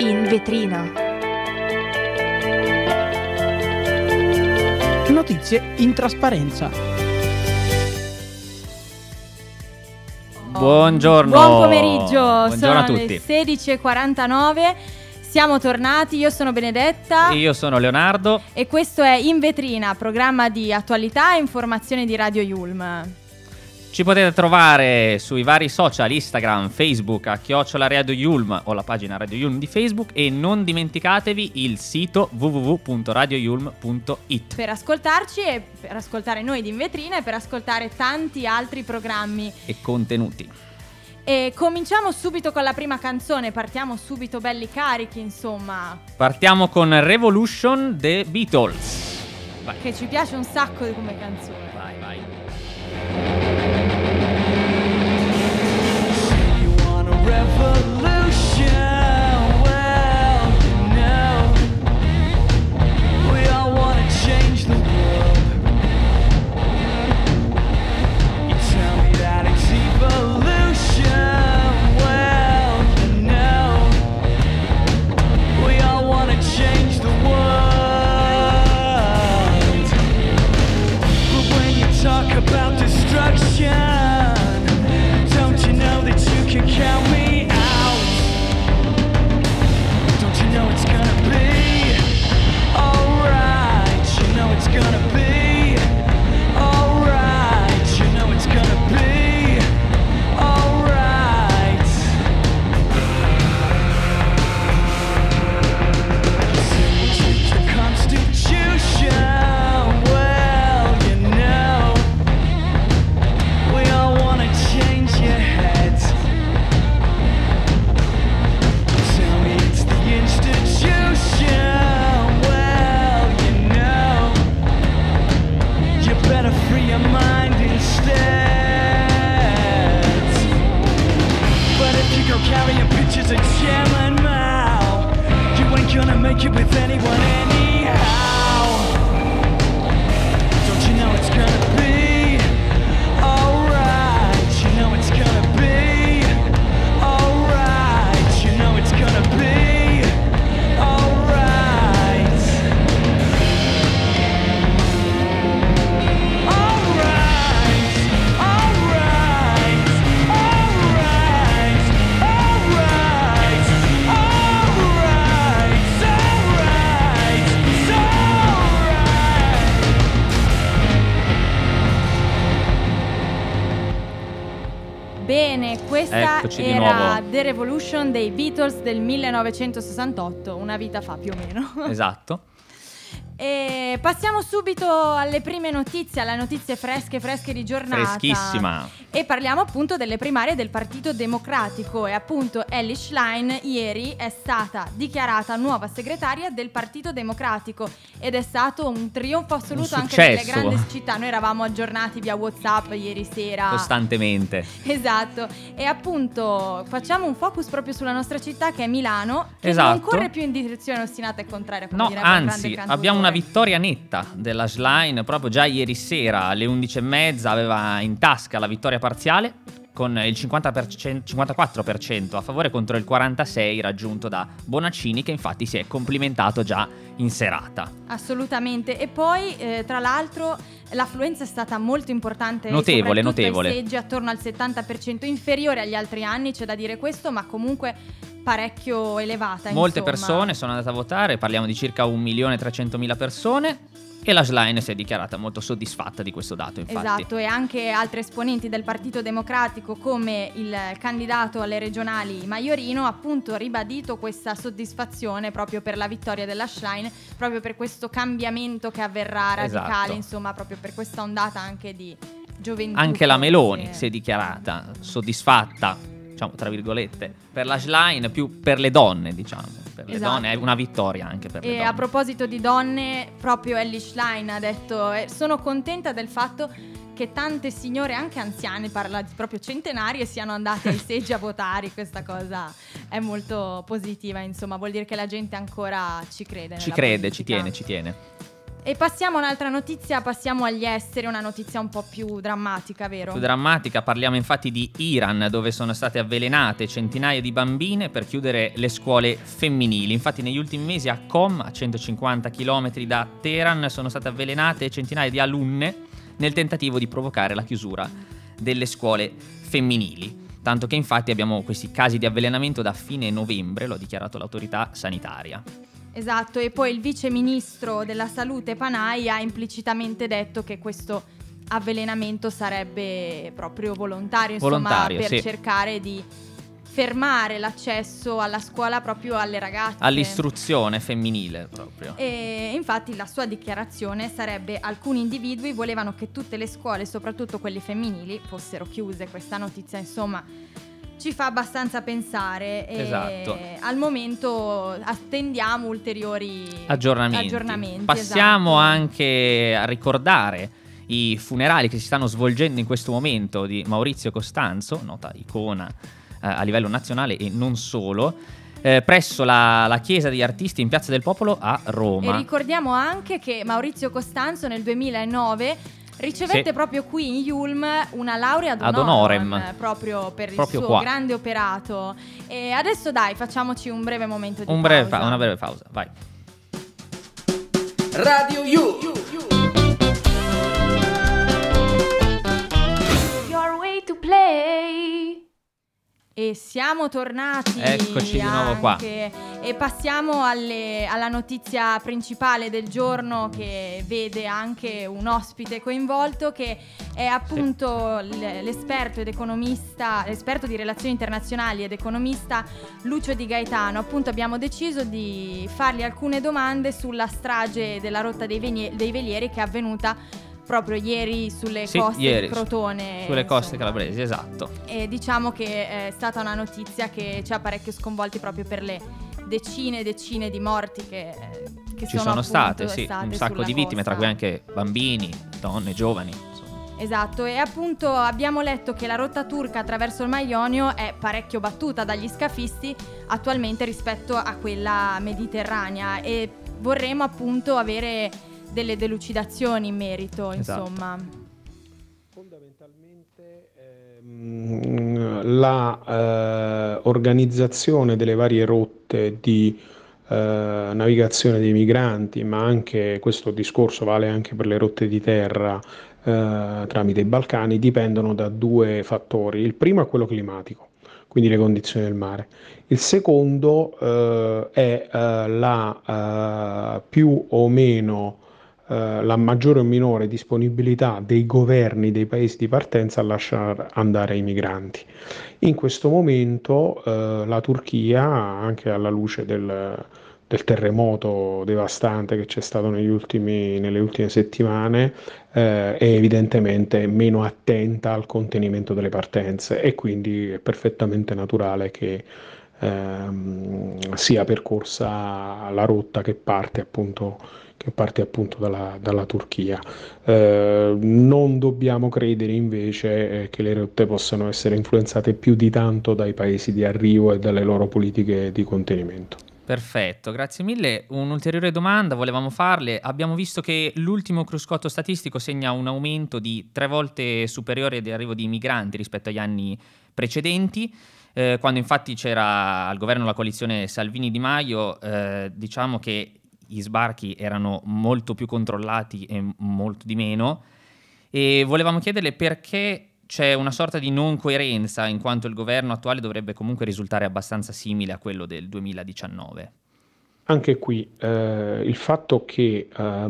In vetrina. Notizie in trasparenza. Buongiorno. Buon pomeriggio. Buongiorno Sono a tutti. le 16:49. Siamo tornati. Io sono Benedetta. Io sono Leonardo. E questo è In vetrina, programma di attualità e informazione di Radio Yulm. Ci potete trovare sui vari social, Instagram, Facebook, a @Radio Yulm o la pagina Radio Yulm di Facebook, e non dimenticatevi il sito www.radioyulm.it Per ascoltarci e per ascoltare noi di In vetrina e per ascoltare tanti altri programmi. e contenuti. E cominciamo subito con la prima canzone, partiamo subito belli carichi, insomma, Partiamo con Revolution The Beatles. Vai, che ci piace un sacco come canzone. vai, vai. Revolution, well, you know, we all want to change the world. You tell me that it's evolution, well, you know, we all want to change the world. But when you talk about destruction, don't you know that you can count me out? Don't you know it's gonna be alright? You know it's gonna be alright. You know it's gonna be alright. Change the Constitution, well, you know, we all wanna change your heads. Tell me it's the institution, well, you know, you better free your mind instead. But if you go carrying pictures of Chairman Mao, you ain't gonna make it with anyone anyhow. Don't you know it's gonna be alright? You know it's gonna be alright. You know it's gonna be alright. Alright, alright, alright, alright, alright, it's alright. Bene, questa Eccoci di era nuovo. The Revolution dei Beatles del 1968, una vita fa più o meno. Esatto. E passiamo subito alle prime notizie, alle notizie fresche di giornata. Freschissima. E parliamo appunto delle primarie del Partito Democratico. E appunto Elly Schlein ieri è stata dichiarata nuova segretaria del Partito Democratico. Ed è stato un trionfo assoluto Un anche nelle successo. grandi città. Noi eravamo aggiornati via WhatsApp ieri sera. Costantemente. Esatto, e appunto facciamo un focus proprio sulla nostra città, che è Milano, che Esatto. non corre più in direzione ostinata e contraria, come No, direbbe un grande anzi, cantautore. abbiamo una vittoria netta della Schlein. Proprio già ieri sera alle 11:30 aveva in tasca la vittoria parziale, con il 54% a favore contro il 46% raggiunto da Bonaccini, che infatti si è complimentato già in serata. Assolutamente. E poi tra l'altro l'affluenza è stata molto importante, Notevole, soprattutto notevole. ai seggi attorno al 70%, inferiore agli altri anni, c'è da dire questo, ma comunque parecchio elevata. Molte insomma. persone sono andate a votare, parliamo di circa 1.300.000 persone, e la Schlein si è dichiarata molto soddisfatta di questo dato, infatti. Esatto, e anche altri esponenti del Partito Democratico, come il candidato alle regionali Maiorino, ha appunto ribadito questa soddisfazione proprio per la vittoria della Schlein, proprio per questo cambiamento che avverrà radicale, Esatto. insomma, proprio per questa ondata anche di gioventù. Anche la Meloni forse. si è dichiarata soddisfatta, diciamo tra virgolette, per la Schlein, più per le donne, diciamo. Per le Esatto. donne è una vittoria anche per le E donne. a proposito di donne, proprio Elly Schlein ha detto: sono contenta del fatto che tante signore, anche anziane, parla di proprio centenarie, siano andate ai seggi a votare. Questa cosa è molto positiva, insomma, vuol dire che la gente ancora ci crede. Ci nella crede, politica. ci tiene. E passiamo a un'altra notizia, passiamo agli esteri, una notizia un po' più drammatica, vero? Più drammatica, parliamo infatti di Iran, dove sono state avvelenate centinaia di bambine per chiudere le scuole femminili. Infatti negli ultimi mesi a Qom, a 150 km da Teheran, sono state avvelenate centinaia di alunne nel tentativo di provocare la chiusura delle scuole femminili. Tanto che infatti abbiamo questi casi di avvelenamento da fine novembre, lo ha dichiarato l'autorità sanitaria. Esatto, e poi il vice ministro della salute Panay ha implicitamente detto che questo avvelenamento sarebbe proprio volontario, insomma, per sì, cercare di fermare l'accesso alla scuola proprio alle ragazze. All'istruzione femminile proprio. E infatti la sua dichiarazione sarebbe: alcuni individui volevano che tutte le scuole, soprattutto quelle femminili, fossero chiuse. Questa notizia, insomma, ci fa abbastanza pensare. Esatto. E al momento attendiamo ulteriori aggiornamenti. Passiamo esatto. anche a ricordare i funerali che si stanno svolgendo in questo momento di Maurizio Costanzo, nota icona a livello nazionale e non solo, presso la chiesa degli artisti in Piazza del Popolo a Roma. E ricordiamo anche che Maurizio Costanzo nel 2009 ricevette proprio qui in Iulm una laurea ad honorem proprio per il suo qua. grande operato. E adesso dai, facciamoci un breve momento di una breve pausa, vai. Radio U. Your way to play. E siamo tornati. Eccoci di nuovo qua. E passiamo alla notizia principale del giorno, che vede anche un ospite coinvolto, che è appunto l'esperto di relazioni internazionali ed economista Lucio Di Gaetano. Appunto abbiamo deciso di fargli alcune domande sulla strage della rotta dei velieri che è avvenuta proprio ieri sulle coste di Crotone. Sulle coste calabresi, esatto. E diciamo che è stata una notizia che ci ha parecchio sconvolti proprio per le decine e decine di morti che ci sono state, sì, un sacco sulla di vittime, costa. tra cui anche bambini, donne, giovani. Insomma. Esatto, e appunto abbiamo letto che la rotta turca attraverso il Mar Ionio è parecchio battuta dagli scafisti attualmente rispetto a quella mediterranea, e vorremmo appunto avere delle delucidazioni in merito, esatto. Insomma. Fondamentalmente la organizzazione delle varie rotte di navigazione dei migranti, ma anche questo discorso vale anche per le rotte di terra tramite i Balcani, dipendono da due fattori. Il primo è quello climatico, quindi le condizioni del mare. Il secondo è la più o meno la maggiore o minore disponibilità dei governi dei paesi di partenza a lasciare andare i migranti. In questo momento la Turchia, anche alla luce del terremoto devastante che c'è stato nelle ultime settimane, è evidentemente meno attenta al contenimento delle partenze, e quindi è perfettamente naturale che sia percorsa la rotta che parte appunto dalla Turchia. Non dobbiamo credere invece che le rotte possano essere influenzate più di tanto dai paesi di arrivo e dalle loro politiche di contenimento. Perfetto, grazie mille. Un'ulteriore domanda volevamo farle. Abbiamo visto che l'ultimo cruscotto statistico segna un aumento di 3 volte superiore di arrivo di migranti rispetto agli anni precedenti. Quando infatti c'era al governo la coalizione Salvini-Di Maio, diciamo che gli sbarchi erano molto più controllati e molto di meno, e volevamo chiederle perché c'è una sorta di non coerenza, in quanto il governo attuale dovrebbe comunque risultare abbastanza simile a quello del 2019. Anche qui il fatto che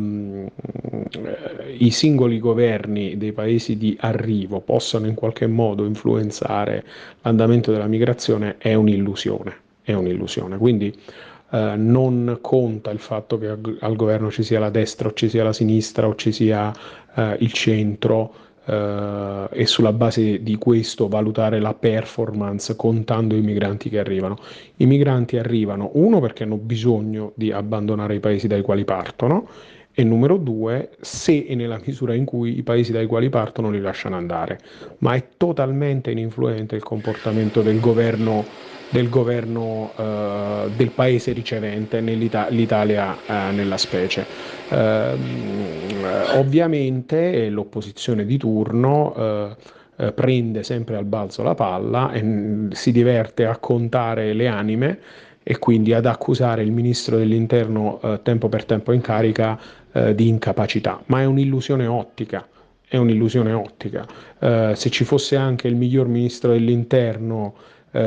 i singoli governi dei paesi di arrivo possano in qualche modo influenzare l'andamento della migrazione è un'illusione. Quindi non conta il fatto che al governo ci sia la destra o ci sia la sinistra o ci sia il centro, e sulla base di questo valutare la performance contando i migranti che arrivano. I migranti arrivano, uno, perché hanno bisogno di abbandonare i paesi dai quali partono, e numero due, se e nella misura in cui i paesi dai quali partono li lasciano andare. Ma è totalmente ininfluente il comportamento del governo del paese ricevente, l'Italia nella specie. Ovviamente l'opposizione di turno prende sempre al balzo la palla e si diverte a contare le anime e quindi ad accusare il ministro dell'interno tempo per tempo in carica di incapacità, ma è un'illusione ottica. È un'illusione ottica. Se ci fosse anche il miglior ministro dell'interno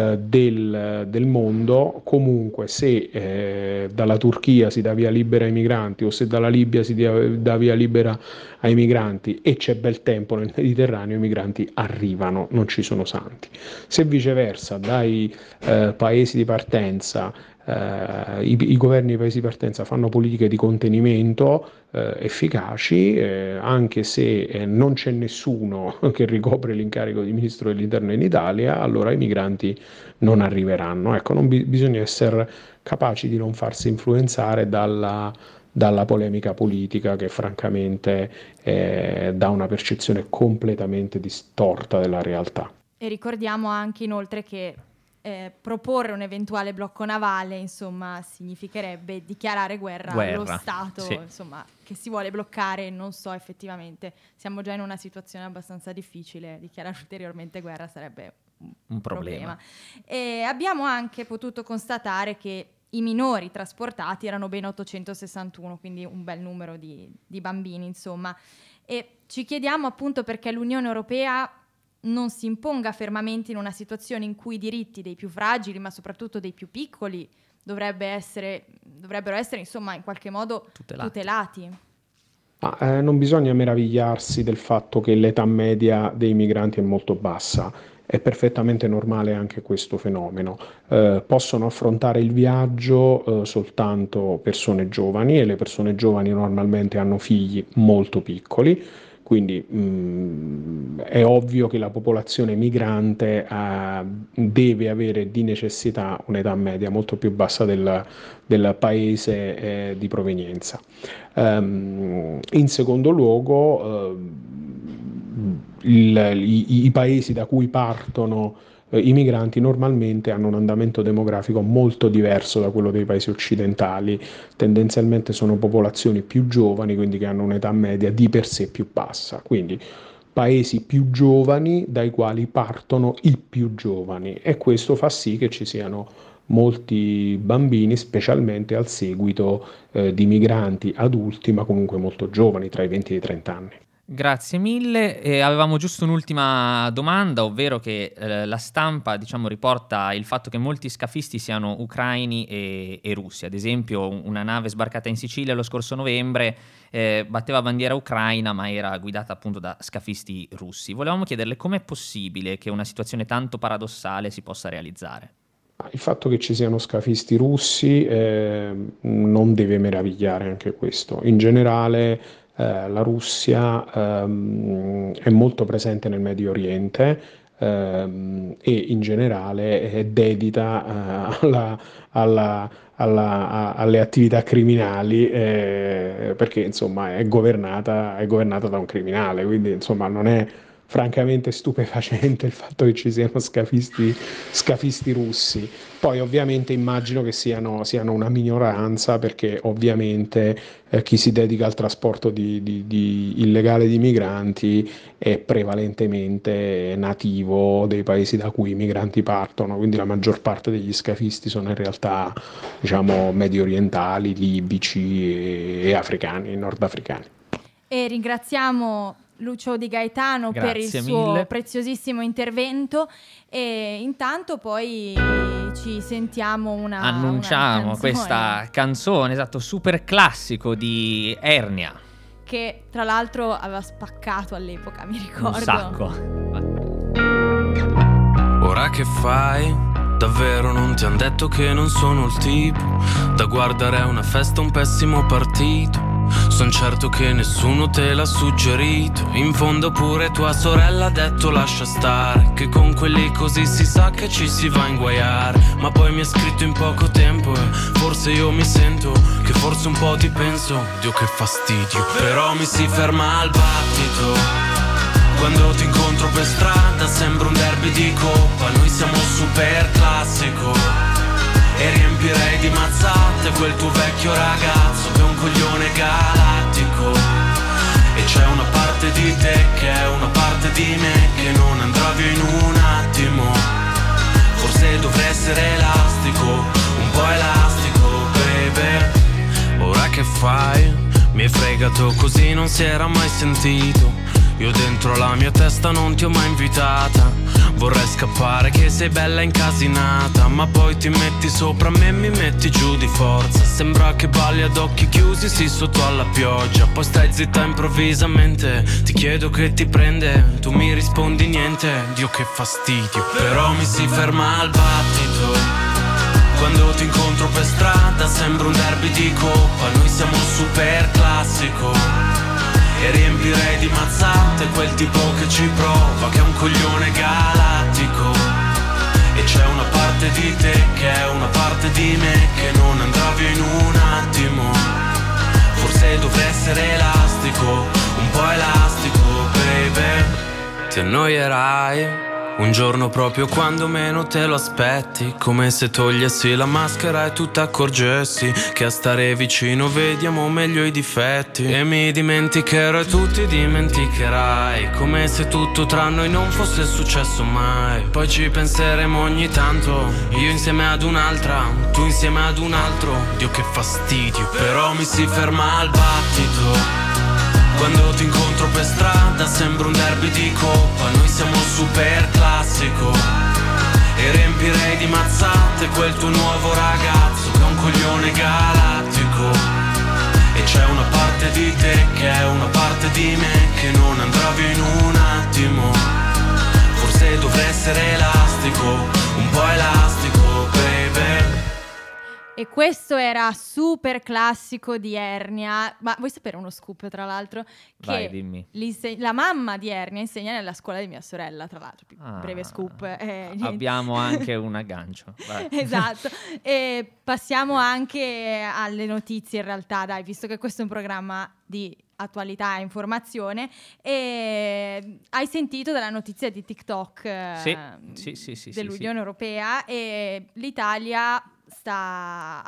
del mondo, comunque se dalla Turchia si dà via libera ai migranti o se dalla Libia si dà via libera ai migranti e c'è bel tempo nel Mediterraneo, i migranti arrivano, non ci sono santi. Se viceversa dai paesi di partenza i governi dei paesi di partenza fanno politiche di contenimento efficaci, anche se non c'è nessuno che ricopre l'incarico di ministro dell'interno in Italia, allora i migranti non arriveranno. Ecco, bisogna essere capaci di non farsi influenzare dalla polemica politica che francamente dà una percezione completamente distorta della realtà. E ricordiamo anche inoltre che proporre un eventuale blocco navale, insomma, significherebbe dichiarare guerra allo Stato, sì, insomma, che si vuole bloccare. Non so, effettivamente siamo già in una situazione abbastanza difficile, dichiarare ulteriormente guerra sarebbe un problema. E abbiamo anche potuto constatare che i minori trasportati erano ben 861, quindi un bel numero di bambini, insomma. E ci chiediamo appunto perché l'Unione Europea non si imponga fermamente in una situazione in cui i diritti dei più fragili, ma soprattutto dei più piccoli, dovrebbero essere insomma in qualche modo tutelati. Non bisogna meravigliarsi del fatto che l'età media dei migranti è molto bassa. È perfettamente normale anche questo fenomeno. Possono affrontare il viaggio soltanto persone giovani, e le persone giovani normalmente hanno figli molto piccoli. Quindi è ovvio che la popolazione migrante deve avere di necessità un'età media molto più bassa del paese di provenienza. In secondo luogo, i paesi da cui partono i migranti normalmente hanno un andamento demografico molto diverso da quello dei paesi occidentali, tendenzialmente sono popolazioni più giovani, quindi che hanno un'età media di per sé più bassa, quindi paesi più giovani dai quali partono i più giovani, e questo fa sì che ci siano molti bambini, specialmente al seguito di migranti adulti, ma comunque molto giovani, tra i 20 e i 30 anni. Grazie mille. Avevamo giusto un'ultima domanda, ovvero che la stampa, diciamo, riporta il fatto che molti scafisti siano ucraini e russi. Ad esempio, una nave sbarcata in Sicilia lo scorso novembre batteva bandiera ucraina, ma era guidata appunto da scafisti russi. Volevamo chiederle com'è possibile che una situazione tanto paradossale si possa realizzare. Il fatto che ci siano scafisti russi non deve meravigliare anche questo. In generale la Russia è molto presente nel Medio Oriente e in generale è dedita alle attività criminali perché insomma è governata da un criminale, quindi insomma non è francamente stupefacente il fatto che ci siano scafisti russi. Poi ovviamente immagino che siano una minoranza, perché ovviamente chi si dedica al trasporto di illegale di migranti è prevalentemente nativo dei paesi da cui i migranti partono, quindi la maggior parte degli scafisti sono in realtà, diciamo, medio orientali, libici e africani, nordafricani. E ringraziamo Lucio Di Gaetano per il suo preziosissimo intervento, e intanto poi ci sentiamo annunciamo una questa canzone, esatto, super classico di Ernia, che tra l'altro aveva spaccato all'epoca, mi ricordo un sacco. Ora che fai? Davvero non ti han detto che non sono il tipo da guardare a una festa, un pessimo partito? Son certo che nessuno te l'ha suggerito. In fondo pure tua sorella ha detto lascia stare, che con quelli così si sa che ci si va a inguaiare. Ma poi mi ha scritto in poco tempo e forse io mi sento che forse un po' ti penso. Dio che fastidio, però mi si ferma al battito. Quando ti incontro per strada sembra un derby di coppa. Noi siamo super classico e riempirei di mazzate quel tuo vecchio ragazzo che è un coglione galattico. parte di te che è una parte di me, che non andrà via in un attimo. Forse dovrei essere elastico, un po' elastico, baby. Ora che fai? Mi hai fregato così, non si era mai sentito. Io dentro la mia testa non ti ho mai invitata. Vorrei scappare che sei bella incasinata, ma poi ti metti sopra me e mi metti giù di forza. Sembra che balli ad occhi chiusi, sì, sotto alla pioggia. Poi stai zitta improvvisamente, ti chiedo che ti prende, tu mi rispondi niente. Dio che fastidio, però mi si ferma al battito. Quando ti incontro per strada sembra un derby di coppa. Noi siamo un super classico e riempirei di mazzate quel tipo che ci prova, che è un coglione galattico. E c'è una parte di te che è una parte di me, che non andrà via in un attimo. Forse dovrei essere elastico, un po' elastico, baby. Ti annoierai un giorno proprio quando meno te lo aspetti, come se togliessi la maschera e tu t'accorgessi che a stare vicino vediamo meglio i difetti. E mi dimenticherò e tu ti dimenticherai, come se tutto tra noi non fosse successo mai. Poi ci penseremo ogni tanto, io insieme ad un'altra, tu insieme ad un altro. Dio che fastidio, però mi si ferma al battito. Quando ti incontro per strada sembra un derby di coppa. Noi siamo un super classico e riempirei di mazzate quel tuo nuovo ragazzo che è un coglione galattico. E c'è una parte di te che è una parte di me, che non andrà via in un attimo. Forse dovrei essere elastico, un po' elastico, baby. E questo era Super Classico di Ernia. Ma vuoi sapere uno scoop, tra l'altro? Che Vai, dimmi. la mamma di Ernia insegna nella scuola di mia sorella, tra l'altro. Breve scoop. Niente. Abbiamo anche un aggancio. Vai. Esatto. E passiamo anche alle notizie in realtà, dai, visto che questo è un programma di attualità e informazione. E hai sentito della notizia di TikTok Sì, dell'Unione Europea, e l'Italia sta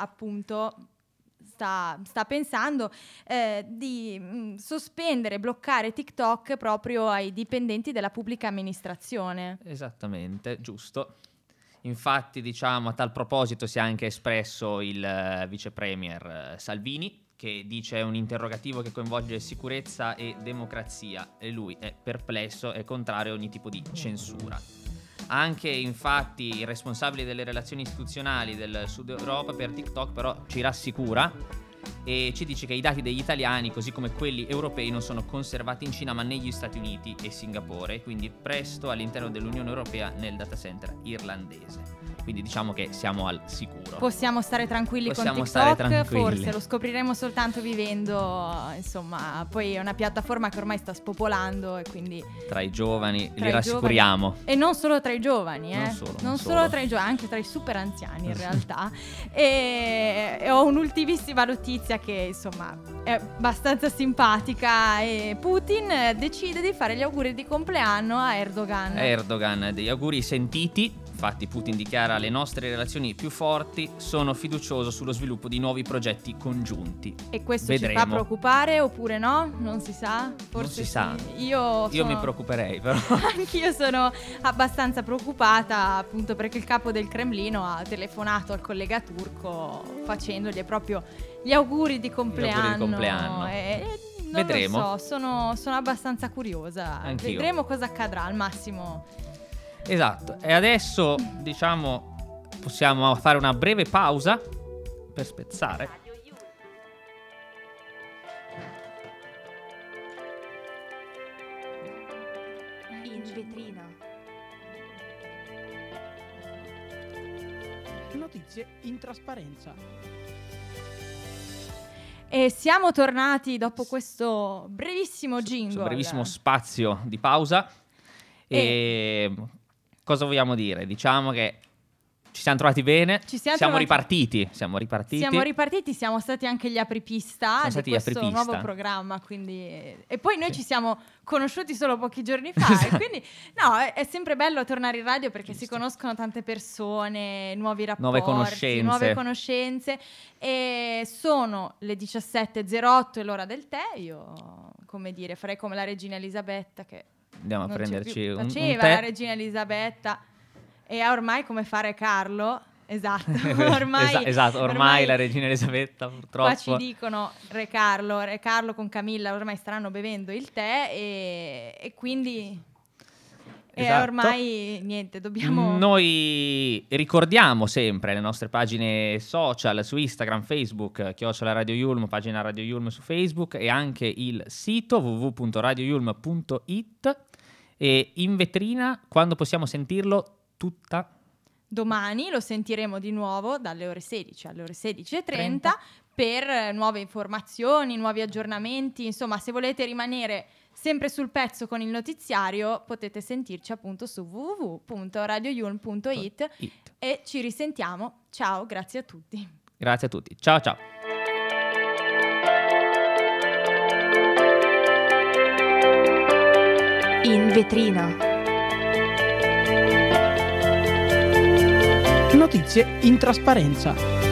pensando di sospendere, bloccare TikTok proprio ai dipendenti della pubblica amministrazione. Esattamente, giusto. Infatti, diciamo, a tal proposito si è anche espresso il vice premier Salvini, che dice è un interrogativo che coinvolge sicurezza e democrazia, e lui è perplesso e contrario a ogni tipo di censura. Anche infatti il responsabile delle relazioni istituzionali del Sud Europa per TikTok però ci rassicura e ci dice che i dati degli italiani, così come quelli europei, non sono conservati in Cina ma negli Stati Uniti e Singapore, quindi presto all'interno dell'Unione Europea nel data center irlandese. Quindi diciamo che siamo al sicuro. Possiamo stare tranquilli con TikTok, forse lo scopriremo soltanto vivendo, insomma, poi è una piattaforma che ormai sta spopolando e quindi tra i giovani li rassicuriamo. E non solo tra i giovani, non solo tra i giovani, anche tra i super anziani in realtà. E ho un'ultimissima notizia che insomma è abbastanza simpatica, e Putin decide di fare gli auguri di compleanno a Erdogan. Degli auguri sentiti. Infatti Putin dichiara: le nostre relazioni più forti, sono fiducioso sullo sviluppo di nuovi progetti congiunti. E questo vedremo. Ci fa preoccupare oppure no? Non si sa? Forse non si sì. sa. Io mi preoccuperei però. Anch'io sono abbastanza preoccupata, appunto perché il capo del Cremlino ha telefonato al collega turco facendogli proprio gli auguri di compleanno. E non vedremo. Lo so, sono abbastanza curiosa. Anch'io. Vedremo cosa accadrà al massimo. Esatto, e adesso diciamo possiamo fare una breve pausa per spezzare. In vetrina. Notizie in trasparenza. E siamo tornati dopo questo brevissimo jingle. Questo brevissimo spazio di pausa. E cosa vogliamo dire? Diciamo che Ci siamo trovati bene, Ci siamo siamo trovati- ripartiti. Siamo ripartiti, siamo stati anche gli apripista Siamo di stati gli questo apripista. nuovo programma, quindi... E poi noi ci siamo conosciuti solo pochi giorni fa, Esatto. e quindi no, è sempre bello tornare in radio perché si conoscono tante persone, nuovi rapporti, nuove conoscenze, e sono le 17:08 e l'ora del tè. Io, come dire, farei come la regina Elisabetta che Andiamo a non c'è prenderci più. un Faceva tè. la regina Elisabetta, e ormai come fare Carlo. Esatto, ormai, Esatto, ormai la regina Elisabetta purtroppo. Qua ci dicono Re Carlo con Camilla ormai staranno bevendo il tè, e quindi Esatto. ormai niente, dobbiamo... Noi ricordiamo sempre le nostre pagine social su Instagram, Facebook, @Radio Yulm, pagina Radio Yulm su Facebook, e anche il sito www.radioyulm.it. E in vetrina, quando possiamo sentirlo? Domani lo sentiremo di nuovo dalle ore 16 alle ore 16:30 per nuove informazioni, nuovi aggiornamenti. Insomma, se volete rimanere sempre sul pezzo con il notiziario, potete sentirci appunto su www.radioyulm.it, e ci risentiamo. Ciao, grazie a tutti. Grazie a tutti. Ciao ciao. In vetrina. Notizie in trasparenza.